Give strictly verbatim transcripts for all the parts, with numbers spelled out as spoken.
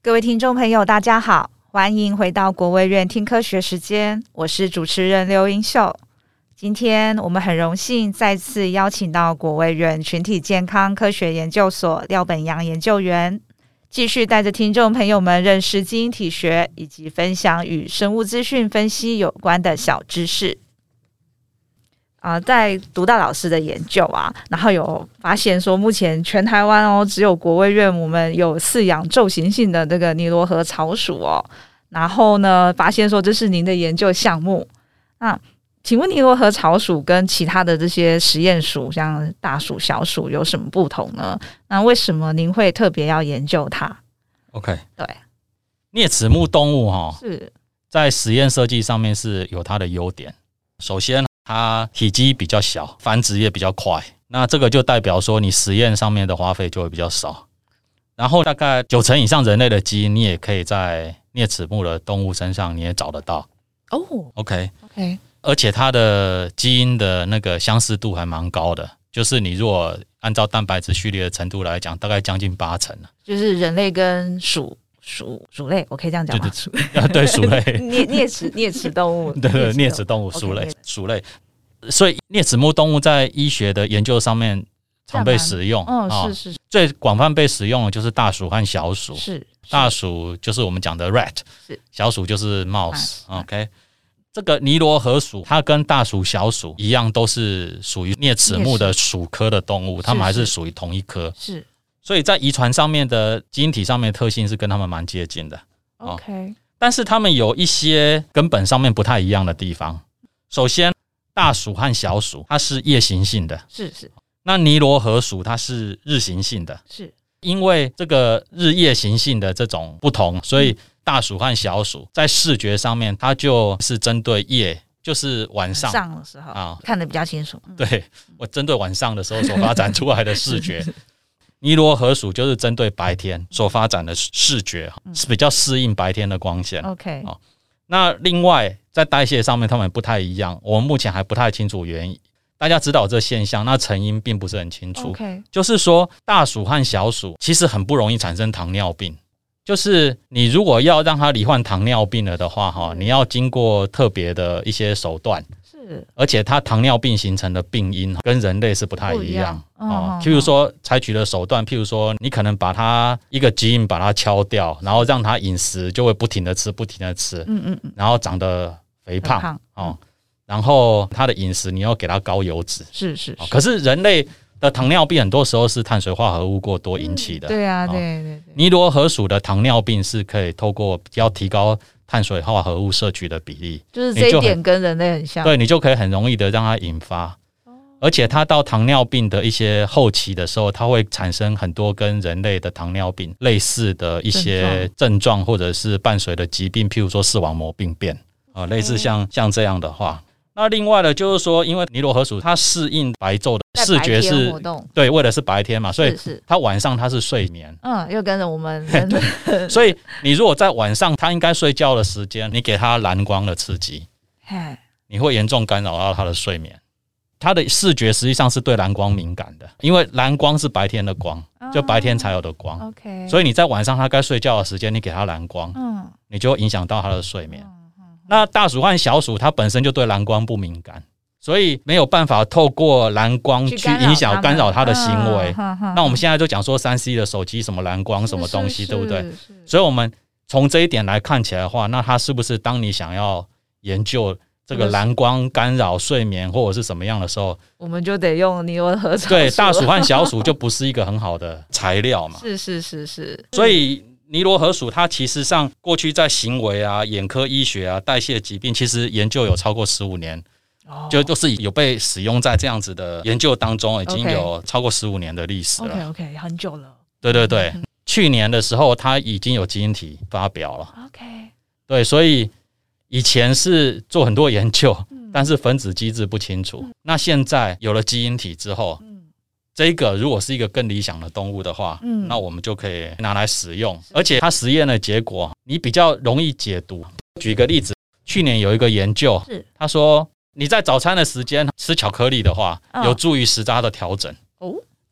各位听众朋友大家好，欢迎回到国卫院听科学时间，我是主持人刘英秀。今天我们很荣幸再次邀请到国卫院群体健康科学研究所廖本洋研究员，继续带着听众朋友们认识基因体学，以及分享与生物资讯分析有关的小知识。呃，在读到老师的研究啊，然后有发现说，目前全台湾哦，只有国卫院我们有饲养昼行性的这个尼罗河草鼠哦。然后呢，发现说这是您的研究项目。那请问尼罗河草鼠跟其他的这些实验鼠，像大鼠、小鼠有什么不同呢？那为什么您会特别要研究它 ？OK， 对， 啮齿目动物哈， 是在实验设计上面是有它的优点。首先，它体积比较小，繁殖也比较快，那这个就代表说你实验上面的花费就会比较少。然后大概九成以上人类的基因，你也可以在啮齿目的动物身上你也找得到。 哦 ，OK OK， 而且它的基因的那个相似度还蛮高的，就是你如果按照蛋白质序列的程度来讲，大概将近八成了。 就是人类跟鼠。鼠鼠类，我可以这样讲吗？ 对对，鼠类， 啮啮齿啮齿动物， 对对，啮齿动物，鼠类，鼠类。所以啮齿目动物在医学的研究上面常被使用。 嗯，哦、是是。 最广泛被使用的就是大鼠和小鼠。 是。是大鼠就是我们讲的 rat， 是。小鼠就是 mouse。OK， 这个尼罗河鼠，它跟大鼠、小鼠一样，都是属于啮齿目的鼠科的动物，它们还是属于同一科。 是。 所以在遗传上面的基因体上面的特性是跟他们蛮接近的。 OK，、哦、 但是他们有一些根本上面不太一样的地方。首先，大鼠和小鼠它是夜行性的， 是是。 那尼罗河鼠它是日行性的， 是。因为这个日夜行性的这种不同，所以大鼠和小鼠在视觉上面，它就是针对夜，就是晚上晚上的时候啊，看得比较清楚。 嗯、对，我针对晚上的时候所发展出来的视觉。是是是，尼罗河鼠就是针对白天所发展的视觉，是比较适应白天的光线。 OK，、 哦、那另外在代谢上面，它们不太一样，我们目前还不太清楚原因。大家知道这现象，那成因并不是很清楚。 Okay. 就是说，大鼠和小鼠其实很不容易产生糖尿病。就是你如果要让它罹患糖尿病了的话，哈，你要经过特别的一些手段。是，而且它糖尿病形成的病因跟人类是不太一样。 嗯、 哦，譬如说采取的手段，譬如说你可能把它一个基因把它敲掉，然后让它饮食就会不停的吃，不停的吃，嗯嗯嗯，然后长得肥胖，胖哦。嗯，然后它的饮食你要给它高油脂， 是是是、哦。 可是人类的糖尿病很多时候是碳水化合物过多引起的。嗯、 对啊，对对对。 尼罗河鼠的糖尿病是可以透过要提高碳水化合物摄取的比例， 就是这一点跟人类很像。 对，你就可以很容易的让它引发。而且它到糖尿病的一些后期的时候，它会产生很多跟人类的糖尿病类似的一些症状，或者是伴随的疾病，譬如说视网膜病变啊，类似像像这样的话。那另外的就是说，因为尼罗河鼠它适应白昼的视觉是，对，为的是白天嘛，所以它晚上它是睡眠。 嗯，又跟着我们对，所以你如果在晚上它应该睡觉的时间，你给它蓝光的刺激，你会严重干扰到它的睡眠。它的视觉实际上是对蓝光敏感的，因为蓝光是白天的光，就白天才有的光。 哦、okay， 所以你在晚上它该睡觉的时间，你给它蓝光，嗯，你就会影响到它的睡眠。那大鼠和小鼠它本身就对蓝光不敏感，所以没有办法透过蓝光去影响干扰它的行为。那我们现在就讲说 三 C 的手机什么蓝光什么东西，对不对？所以我们从这一点来看起来的话，那它是不是当你想要研究这个蓝光干扰睡眠或者是什么样的时候， 我们就得用尼罗河草鼠。 对，大鼠和小鼠就不是一个很好的材料嘛。 是是是是， 所以尼罗河鼠它其实上过去在行为啊、眼科医学啊、代谢疾病，其实研究有超过十五年，哦、就都是有被使用在这样子的研究当中，已经有超过十五年的历史了。 OK OK， 很久了。 对对对，嗯、去年的时候它已经有基因体发表了。 OK， 对，所以以前是做很多研究，嗯、但是分子机制不清楚。嗯、那现在有了基因体之后。嗯，这个如果是一个更理想的动物的话，嗯，那我们就可以拿来使用，而且它实验的结果你比较容易解读。举个例子，去年有一个研究，他说你在早餐的时间吃巧克力的话，哦、有助于食渣的调整。哦，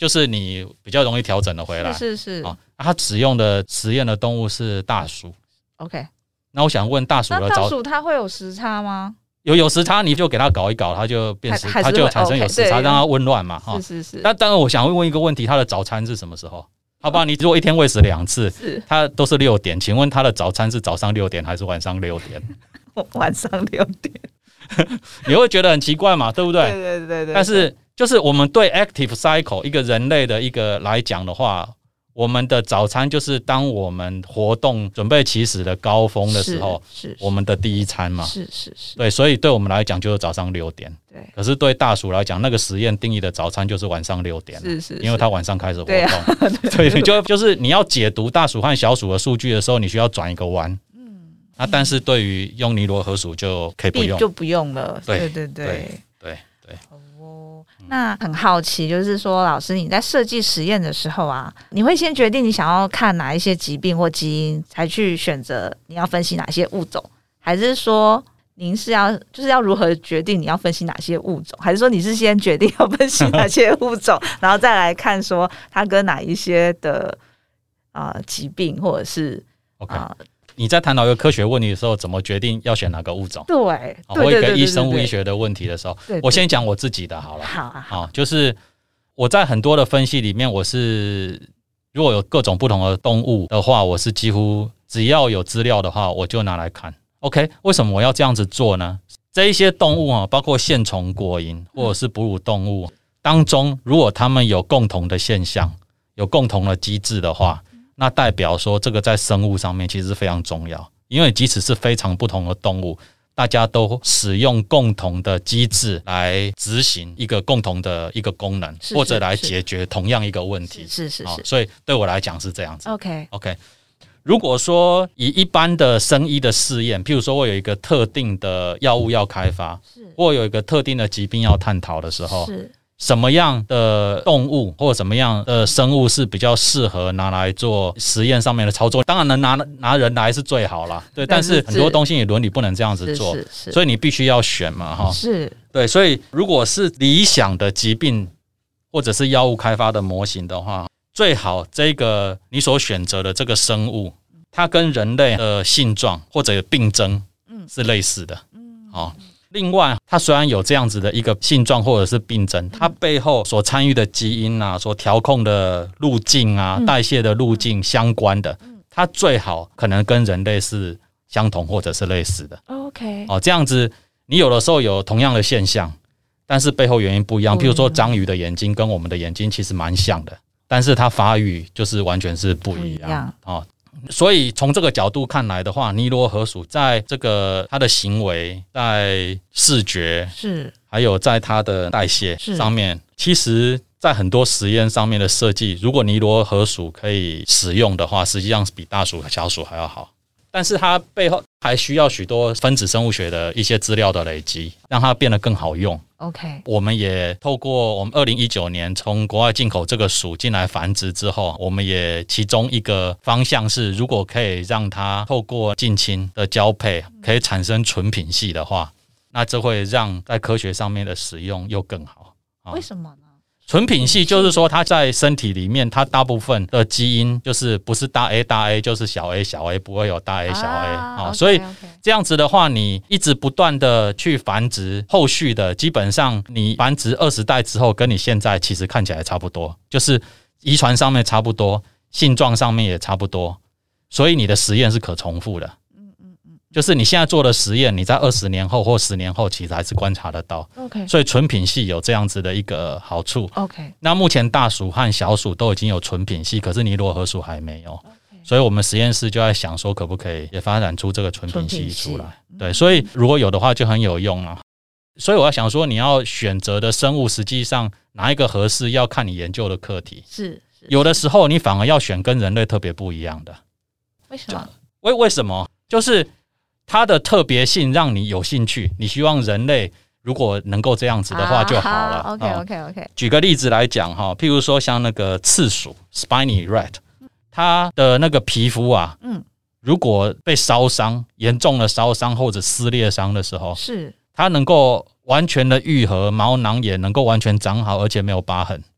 就是你比较容易调整的回来。 是是是。 啊，它使用的实验的动物是大鼠。 OK。 那我想问大鼠的早， 那大鼠它会有时差吗？ 有有时差，你就给它搞一搞，它就变时，它就产生有时差， OK， 让它紊乱嘛。 是是是。 那当然，我想问一个问题，它的早餐是什么时候？好吧，你如果一天喂食两次，它都是六点，请问它的早餐是早上六点还是晚上六点？ 晚上六点。 你会觉得很奇怪嘛，对不对？ 对对对 对, 对。 但是就是我们对 active cycle 一个人类的一个来讲的话，我们的早餐就是当我们活动准备起始的高峰的时候，是是是我们的第一餐嘛。 是是是。 对，所以对我们来讲就是早上六点。 对。 可是对大鼠来讲，那个实验定义的早餐就是晚上六点。 是是是。 因为它晚上开始活动。对啊。 对，你就就是你要解读大鼠和小鼠的数据的时候，你需要转一个弯。嗯。那但是对于用尼罗河鼠就可以不用， 就不用了。 对对对对对对。 哦，那很好奇，就是说，老师你在设计实验的时候啊，你会先决定你想要看哪一些疾病或基因，才去选择你要分析哪些物种，还是说您是要就是要如何决定你要分析哪些物种，还是说你是先决定要分析哪些物种，然后再来看说它跟哪一些的呃疾病或者是 OK、呃你在探讨一个科学问题的时候，怎么决定要选哪个物种？ 对， 或一个医生物医学的问题的时候， 对对对对， 我先讲我自己的好了。 好啊，好， 就是我在很多的分析里面，我是如果有各种不同的动物的话，我是几乎只要有资料的话，我就拿来看。OK， 为什么我要这样子做呢？这一些动物啊，包括线虫、果蝇或者是哺乳动物当中，如果它们有共同的现象、有共同的机制的话，那代表说这个在生物上面其实非常重要，因为即使是非常不同的动物，大家都使用共同的机制来执行一个共同的一个功能， 是是是或者来解决同样一个问题。 是是 是, 是， 所以对我来讲是这样子。 OK OK， 如果说以一般的生医的试验，譬如说我有一个特定的药物要开发，或有一个特定的疾病要探讨的时候，是什么样的动物或什么样的生物是比较适合拿来做实验上面的操作？当然能拿拿人来是最好啦，对。但是很多东西你伦理不能这样子做，所以你必须要选嘛，哈。是，对。所以如果是理想的疾病或者是药物开发的模型的话，最好这个你所选择的这个生物，它跟人类的性状或者病症是类似的，嗯，好。另外，它虽然有这样子的一个性状或者是病症，它背后所参与的基因啊、所调控的路径啊、代谢的路径相关的，它最好可能跟人类是相同或者是类似的。OK， 哦，这样子你有的时候有同样的现象，但是背后原因不一样。譬如说，章鱼的眼睛跟我们的眼睛其实蛮像的，但是它发育就是完全是不一样哦。所以从这个角度看来的话，尼罗河鼠在这个它的行为、在视觉是，还有在它的代谢上面，其实在很多实验上面的设计，如果尼罗河鼠可以使用的话，实际上是比大鼠和小鼠还要好。但是它背后还需要许多分子生物学的一些资料的累积，让它变得更好用。OK， 我们也透过我们二零一九年从国外进口这个鼠进来繁殖之后，我们也其中一个方向是，如果可以让它透过近亲的交配可以产生纯品系的话，那这会让在科学上面的使用又更好。 为什么呢？ 纯品系就是说，它在身体里面，它大部分的基因就是不是大 A 大 A 就是小 A 小 A， 不会有大 A 小 A 啊、哦 okay, 所以这样子的话，你一直不断的去繁殖，后续的基本上你繁殖二十代之后，跟你现在其实看起来差不多，就是遗传上面差不多，性状上面也差不多，所以你的实验是可重复的。就是你现在做的实验，你在二十年后或十年后其实还是观察得到。OK， 所以纯品系有这样子的一个好处。OK， 那目前大鼠和小鼠都已经有纯品系，可是尼罗河鼠还没有。Okay， 所以我们实验室就在想说，可不可以也发展出这个纯品系出来？对，所以如果有的话就很有用啊。所以我要想说，你要选择的生物，实际上哪一个合适，要看你研究的课题。是，是有的时候你反而要选跟人类特别不一样的。 为什么？ 为为什么？就是它的特别性让你有兴趣，你希望人类如果能够这样子的话就好了。啊、 OK OK OK。 举个例子来讲哈，譬如说像那个刺鼠 （Spiny rat）， 它的那个皮肤啊，嗯，如果被烧伤、严重的烧伤或者撕裂伤的时候，是它能够完全的愈合，毛囊也能够完全长好，而且没有疤痕。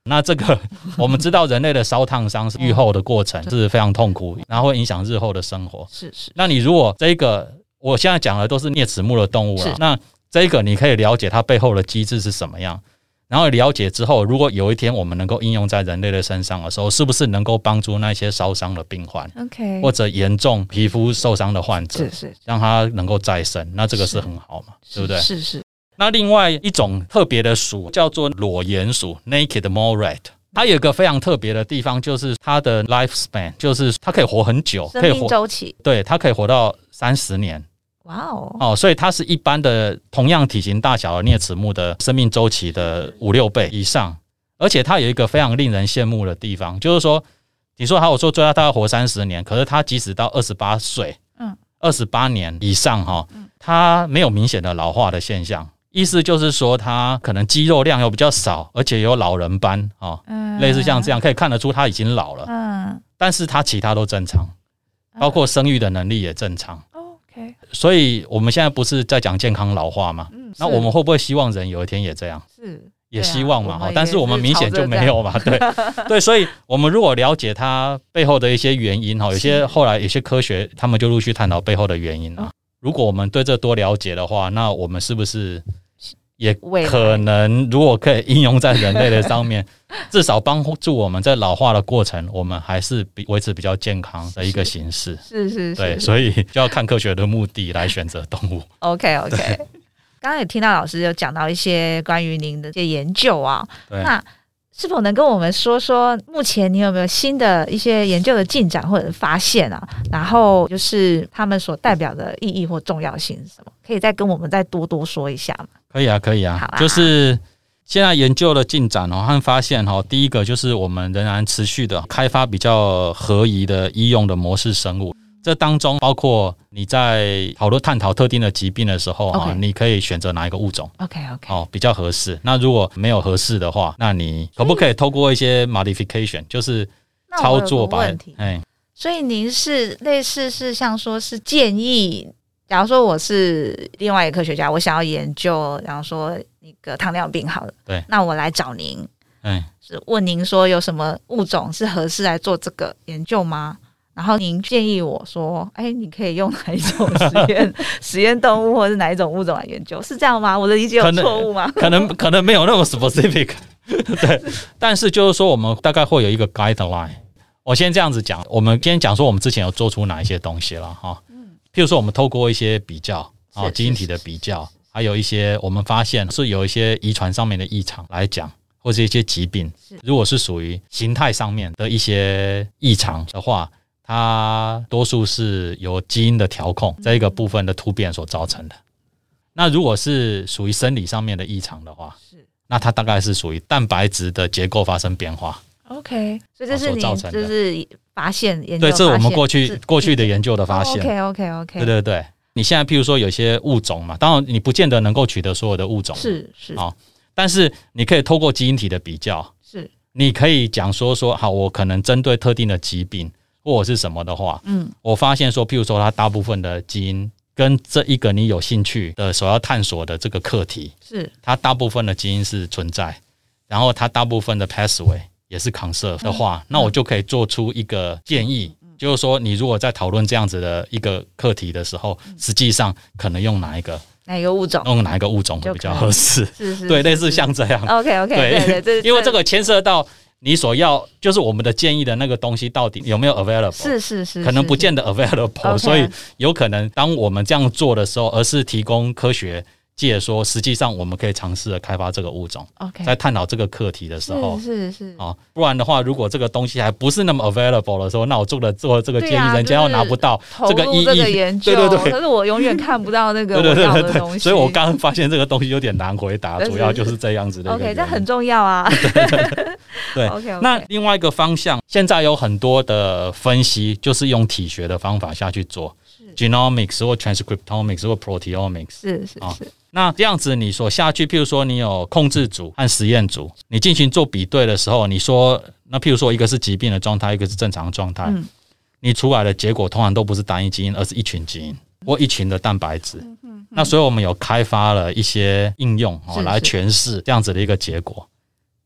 那这个我们知道人类的烧烫伤是愈后的过程是非常痛苦，然后会影响日后的生活。 是是。 那你如果这个我现在讲的都是啮齿目的动物了，那这个你可以了解它背后的机制是什么样，然后了解之后，如果有一天我们能够应用在人类的身上的时候，是不是能够帮助那些烧伤的病患 ，OK， 或者严重皮肤受伤的患者， 是是， 让他能够再生，那这个是很好嘛，对不对？ 是是。 那另外一种特别的鼠叫做裸鼹鼠 （Naked Mole Rat）。它有一个非常特别的地方，就是它的 lifespan， 就是它可以活很久， 生命周期， 对，它可以活到三十年。 哇哦！ 哦，所以它是一般的同样体型大小的啮齿目的生命周期的五六倍以上，而且它有一个非常令人羡慕的地方，就是说，你说好，我说最大它要活三十年，可是它即使到二十八岁，嗯，二十八年以上哈，它没有明显的老化的现象。意思就是说，它可能肌肉量又比较少，而且有老人斑哦，嗯、类似像这样，可以看得出它已经老了。嗯，但是它其他都正常，包括生育的能力也正常。 OK， 所以我们现在不是在讲健康老化吗？嗯，那我们会不会希望人有一天也这样？ 是， 也希望嘛。 啊、 但是我们明显就没有嘛。对对，所以我们如果了解它背后的一些原因哈，有些后来有些科学他们就陆续探讨背后的原因啊。如果我们对这多了解的话，那我们是不是也可能如果可以应用在人类的上面，至少帮助我们在老化的过程，我们还是维持比较健康的一个形式。 是是是， 对，所以就要看科学的目的来选择动物。 OK OK， 刚刚也听到老师有讲到一些关于您的一些研究啊，那是否能跟我们说说目前你有没有新的一些研究的进展或者发现啊？然后就是他们所代表的意义或重要性是什么？可以再跟我们再多多说一下吗？ 可以啊，可以啊，啊就是现在研究的进展哦，和发现哦，第一个就是我们仍然持续的开发比较合宜的医用的模式生物。这当中包括你在讨论探讨特定的疾病的时候、okay. 啊、你可以选择哪一个物种 OK OK、 哦、比较合适。那如果没有合适的话，那你可不可以透过一些 modification 就是操作把问题、哎、所以您是类似是像说是建议，假如说我是另外一个科学家，我想要研究然后说那个糖尿病好了， 对， 那我来找您、 哎、 是问您说有什么物种是合适来做这个研究吗？然后您建议我说，哎，你可以用哪一种实验实验动物，或者是哪一种物种来研究，是这样吗？我的理解有错误吗？ 可能可能没有那么 specific， 对。但是就是说，我们大概会有一个 guideline。我先这样子讲，我们今天讲说我们之前有做出哪一些东西了哈。譬如说，我们透过一些比较啊，基因体的比较，还有一些我们发现是有一些遗传上面的异常来讲，或者一些疾病，如果是属于形态上面的一些异常的话。它多数是由基因的调控这一个部分的突变所造成的。那如果是属于生理上面的异常的话，那它大概是属于蛋白质的结构发生变化。 OK， 所以这是你就是发现研究， 对，这是我们过去过去的研究的发现。 OK OK OK， 对对对，你现在譬如说有些物种嘛，当然你不见得能够取得所有的物种， 是是、 哦、但是你可以透过基因体的比较， 是你可以讲说说好，我可能针对特定的疾病。或者是什么的话，嗯，我发现说，譬如说，它大部分的基因跟这一个你有兴趣的所要探索的这个课题， 是它大部分的基因是存在，然后它大部分的 pathway 也是 conserve 的话、嗯，那我就可以做出一个建议，嗯、就是说，你如果在讨论这样子的一个课题的时候，嗯、实际上可能用哪一个哪一个物种， 用哪一个物种会比较合适？ 是是， 对，类似像这样。 OK OK， 对对对， 因为这个牵涉到。你所要就是我们的建议的那个东西到底有没有 available？ 是是 是, 是， 可能不见得 available， 所以有可能当我们这样做的时候，而是提供科学界说，实际上我们可以尝试的开发这个物种。 OK， 在探讨这个课题的时候， 是是是、 哦，不然的话，如果这个东西还不是那么 available 的时候，那我做的做这个建议，啊、人家又拿不到这个意义， 这个研究， 对对对， 可是我永远看不到那个我要的东西， 所以我刚刚发现这个东西有点难回答，主要就是这样子的一个。 OK， 这很重要啊。 对对对对 okay, okay. 那另外一个方向，现在有很多的分析，就是用体学的方法下去做 ，genomics 或 transcriptomics 或 proteomics， 是是是。 哦那这样子你所下去，譬如说你有控制组和实验组，你进行做比对的时候，你说那譬如说一个是疾病的状态，一个是正常状态、嗯，你出来的结果通常都不是单一基因，而是一群基因或一群的蛋白质、嗯嗯嗯。那所以我们有开发了一些应用、哦、来诠释这样子的一个结果。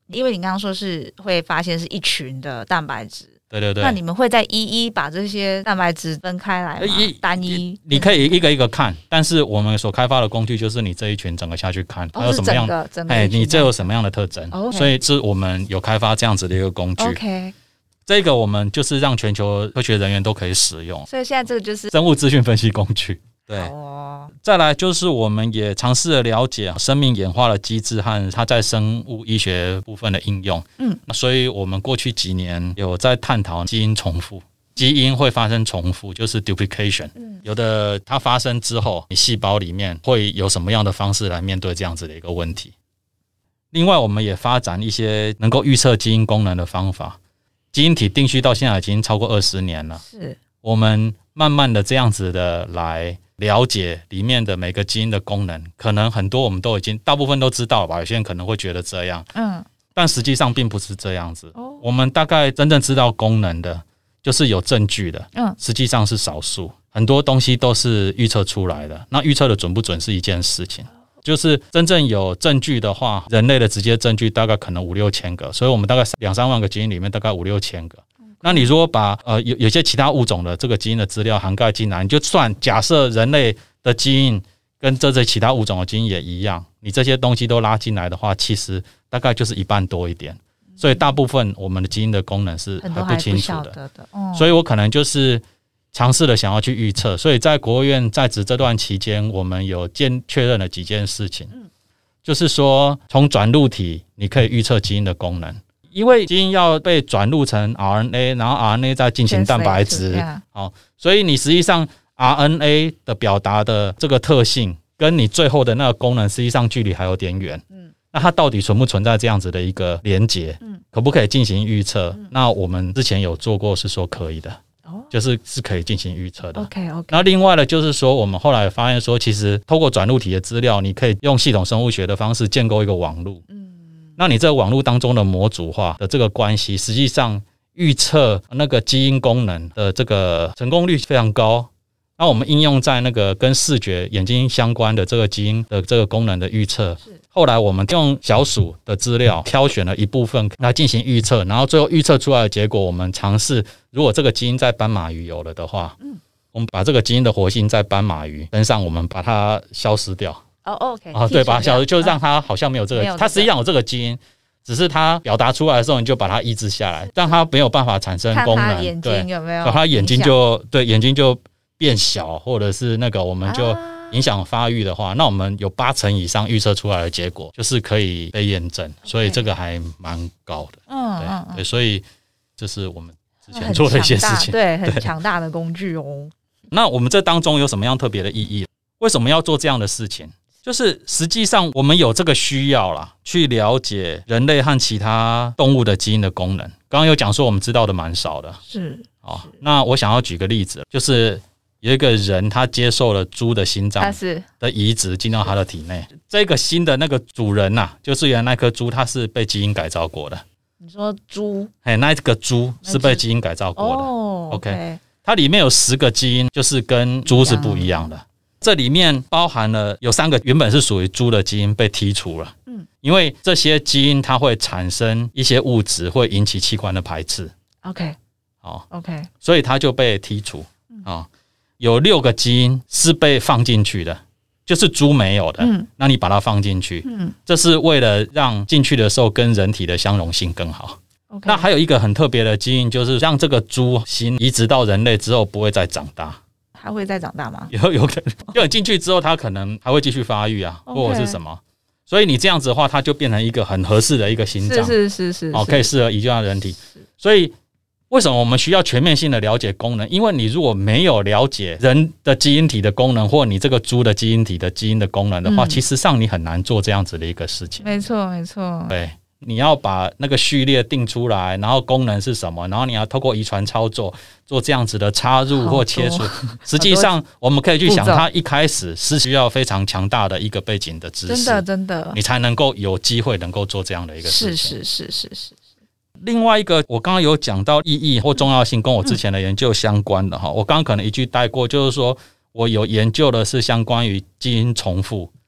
因为你刚刚说是会发现是一群的蛋白质， 对对对， 那你们会再一一把这些蛋白质分开来吗？单一你可以一个一个看，但是我们所开发的工具就是你这一群整个下去看，它有什么样的，哎，你这有什么样的特征，哦 okay，所以是我们有开发这样子的一个工具。 OK， 这个我们就是让全球科学人员都可以使用， 所以现在这个就是生物资讯分析工具。对，哦，再来就是我们也尝试了了解生命演化的机制和它在生物医学部分的应用。嗯，所以我们过去几年有在探讨基因重复，基因会发生重复，就是 duplication。嗯，有的它发生之后，你细胞里面会有什么样的方式来面对这样子的一个问题。另外，我们也发展一些能够预测基因功能的方法。基因体定序到现在已经超过二十年了，是我们慢慢的这样子的来了解里面的每个基因的功能，可能很多我们都已经大部分都知道了吧，有些人可能会觉得这样，嗯，但实际上并不是这样子。哦，我们大概真正知道功能的，就是有证据的，嗯，实际上是少数，很多东西都是预测出来的。那预测的准不准是一件事情，就是真正有证据的话，人类的直接证据大概可能五六千个，所以我们大概两三万个基因里面大概五六千个。那你如果把呃有有些其他物种的这个基因的资料涵盖进来，你就算假设人类的基因跟这些其他物种的基因也一样，你这些东西都拉进来的话，其实大概就是一半多一点。所以大部分我们的基因的功能是还不清楚的，的哦，所以我可能就是尝试了想要去预测。所以在国务院在职这段期间，我们有见确认了几件事情，嗯，就是说从转录体你可以预测基因的功能。因为基因要被转录成 R N A， 然后 R N A 再进行蛋白质，好，所以你实际上 R N A 的表达的这个特性，跟你最后的那个功能，实际上距离还有点远。嗯，那它到底存不存在这样子的一个连结？嗯，可不可以进行预测？嗯，那我们之前有做过，是说可以的，哦，就是是可以进行预测的。 OK OK。 那另外的就是说，我们后来发现说，其实透过转录体的资料，你可以用系统生物学的方式建构一个网路。嗯。那你这个网络当中的模组化的这个关系，实际上预测那个基因功能的这个成功率非常高。那我们应用在那个跟视觉眼睛相关的这个基因的这个功能的预测，后来我们用小鼠的资料挑选了一部分来进行预测，然后最后预测出来的结果，我们尝试如果这个基因在斑马鱼有了的话，我们把这个基因的活性在斑马鱼身上，我们把它消失掉。 哦、oh, ，OK， 啊，对吧？小就让它好像没有这个，它、啊、实际上有这个基因，只是它表达出来的时候，你就把它抑制下来，让它没有办法产生功能。 看它眼睛有没有？ 它眼睛就对眼睛就变小，或者是那个我们就影响发育的话，啊、那我们有八成以上预测出来的结果就是可以被验证， okay. 所以这个还蛮高的。嗯，对，嗯对，所以这是我们之前做的一些事情， 对，很强大的工具哦。 那我们这当中有什么样特别的意义？为什么要做这样的事情？就是实际上我们有这个需要啦，去了解人类和其他动物的基因的功能。刚刚有讲说我们知道的蛮少的， 是哦。那我想要举个例子，就是有一个人他接受了猪的心脏的移植进到他的体内，这个新的那个主人呐、啊，就是原来那颗猪它是被基因改造过的。 你说猪？ 哎，那个猪是被基因改造过的。 哦 ，OK， 它里面有十个基因，就是跟猪是不一样的。这里面包含了有三个原本是属于猪的基因被剔除了，嗯，因为这些基因它会产生一些物质，会引起器官的排斥。 OK， 好 ，OK， 所以它就被剔除。啊、哦，有六个基因是被放进去的，就是猪没有的，嗯，那你把它放进去，嗯，这是为了让进去的时候跟人体的相容性更好。Okay. 那还有一个很特别的基因，就是让这个猪心移植到人类之后不会再长大。 它会再长大吗？ 有有可能，就你进去之后，它可能还会继续发育啊， okay. 或者是什么。所以你这样子的话，它就变成一个很合适的一个心脏， 是是是 是, 是， 哦，可以适合移植到人体。所以为什么我们需要全面性的了解功能？因为你如果没有了解人的基因体的功能，或你这个猪的基因体的基因的功能的话，嗯、其实上你很难做这样子的一个事情。 没错，没错， 对。你要把那个序列定出来，然后功能是什么，然后你要透过遗传操作做这样子的插入或切除。实际上我们可以去想，它一开始是需要非常强大的一个背景的知识， 真的真的， 你才能够有机会能够做这样的一个事情。 是是是是是。 另外一个，我刚刚有讲到意义或重要性，跟我之前的研究相关的哈、嗯，我刚刚可能一句带过，就是说我有研究的是相关于基因重复。 对，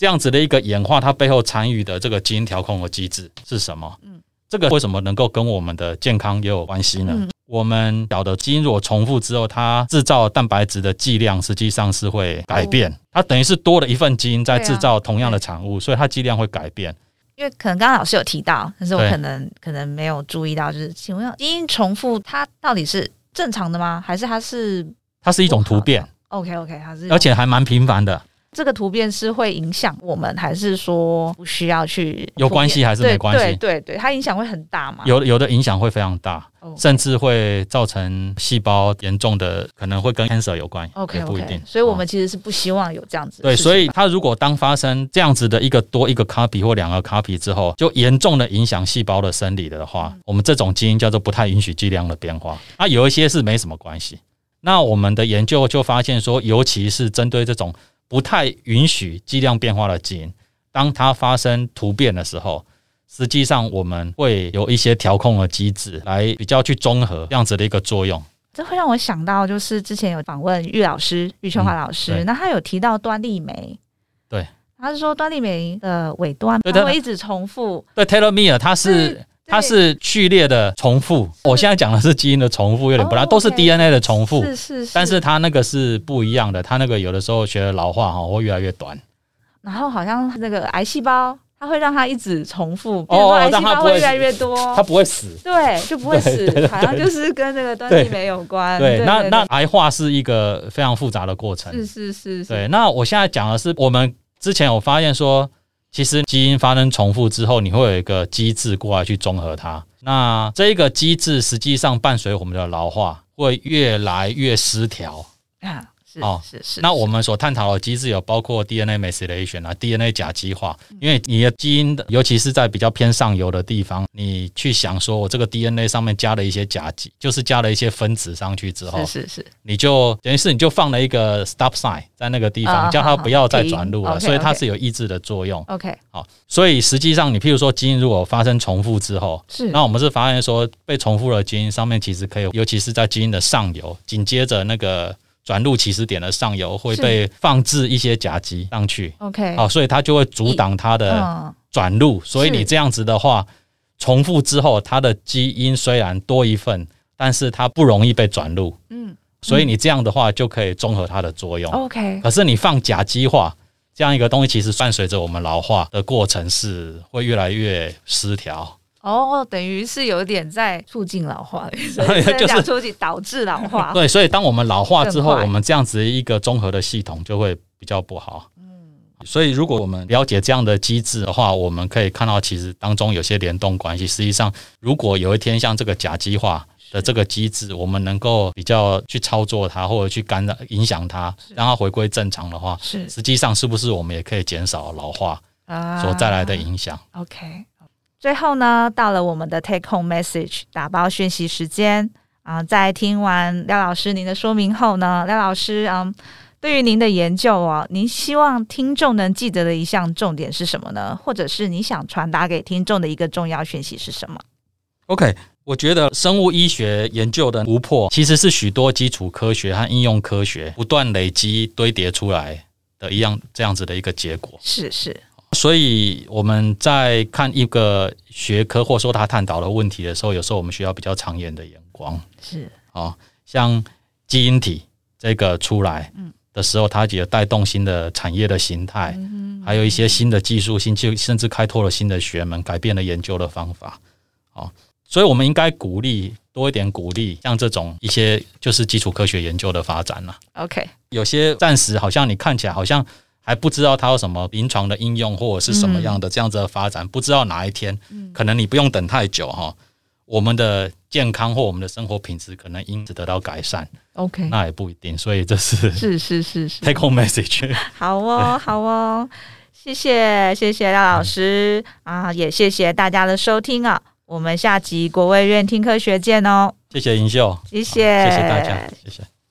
这样子的一个演化，它背后参与的这个基因调控的机制是什么？嗯，这个为什么能够跟我们的健康也有关系呢？嗯，我们小的基因如果重复之后，它制造蛋白质的剂量实际上是会改变，哦，它等于是多了一份基因在制造同样的产物，啊，所以它剂量会改变。 因为可能刚刚老师有提到，但是我可能可能没有注意到，就是请问基因重复它到底是正常的吗？还是它是它是一种突变 ？OK OK， 它是， 而且还蛮频繁的。 这个突变是会影响我们，还是说不需要去有关系还是没关系？ 对对 对, 对，它影响会很大吗？ 有有的影响会非常大， okay. 甚至会造成细胞严重的，可能会跟 cancer 有关， OK 也不一定。 所以我们其实是不希望有这样子的。 对，所以它如果当发生这样子的一个多一个 copy 或两个 copy 之后，就严重的影响细胞的生理的话，嗯，我们这种基因叫做不太允许剂量的变化。那有一些是没什么关系。那我们的研究就发现说，尤其是针对这种不太允许剂量变化的基因，当它发生突变的时候，实际上我们会有一些调控的机制来比较去综合这样子的一个作用。 这会让我想到，就是之前有访问喻老师喻秋华老师，嗯，那他有提到端粒酶， 对， 他是说端粒酶的尾端它会一直重复， 对 telomere 它是它是序列的重复，我现在讲的是基因的重复，有点不大，哦，都是 D N A 的重复， 是是是， 但是它那个是不一样的，它那个有的时候随着老化会越来越短。 然后好像那个癌细胞，它会让它一直重复，比如说癌细胞会越来越多， 它不会死， 对，就不会死，对对对对，好像就是跟那个端粒酶有关。 对， 对， 那那癌化是一个非常复杂的过程， 是是是是。 对，那我现在讲的是，我们之前有发现说，其实基因发生重复之后，你会有一个机制过来去综合它。那这一个机制实际上伴随我们的老化，会越来越失调啊。是哦， 是是。 那我们所探讨的机制有包括 D N A methylation 啊 ，D N A 甲基化，因为你的基因的，尤其是在比较偏上游的地方，你去想说我这个 D N A 上面加了一些甲基，就是加了一些分子上去之后， 是是是， 你就等于是你就放了一个 stop sign 在那个地方，叫它不要再转录了，所以它是有抑制的作用。 OK， 好，所以实际上你譬如说基因如果发生重复之后， 是， 那我们是发现说被重复的基因上面其实可以，尤其是在基因的上游，紧接着那个转录起始点的上游会被放置一些甲基上去 ，OK， 好，所以它就会阻挡它的转录，嗯，所以你这样子的话，重复之后，它的基因虽然多一份，但是它不容易被转录，嗯，所以你这样的话就可以综合它的作用 ，OK。 可是你放甲基化这样一个东西，其实伴随着我们老化的过程是会越来越失调。 哦，等于是有点在促进老化，所以讲促进导致老化。 对，所以当我们老化之后，我们这样子一个综合的系统就会比较不好。嗯，所以如果我们了解这样的机制的话，我们可以看到其实当中有些联动关系。实际上，如果有一天像这个甲基化的这个机制，我们能够比较去操作它，或者去干扰影响它，让它回归正常的话，是实际上是不是我们也可以减少老化所带来的影响？ 啊 OK。最后呢，到了我们的 take home message 打包讯息时间啊、呃！在听完廖老师您的说明后呢，廖老师嗯，对于您的研究哦，您希望听众能记得的一项重点是什么呢？或者是你想传达给听众的一个重要讯息是什么 ？OK， 我觉得生物医学研究的突破，其实是许多基础科学和应用科学不断累积堆叠出来的一样这样子的一个结果。 是是。 所以我们在看一个学科或说他探讨的问题的时候，有时候我们需要比较长远的眼光。 是哦，像基因体这个出来的时候，它也带动新的产业的形态，嗯、还有一些新的技术性，甚至开拓了新的学门，改变了研究的方法。哦，所以我们应该鼓励多一点鼓励，像这种一些就是基础科学研究的发展啦。 OK， 有些暂时好像你看起来好像还不知道它有什么临床的应用，或者是什么样的这样子的发展，嗯、不知道哪一天，嗯、可能你不用等太久哈，我们的健康或我们的生活品质可能因此得到改善。 OK， 那也不一定，所以这是是是是是 take home message。 好哦，好哦，谢谢谢谢廖老师、嗯、啊，也谢谢大家的收听啊，我们下集国卫院听科学见哦。 谢谢银秀， 谢谢谢谢大家，谢谢。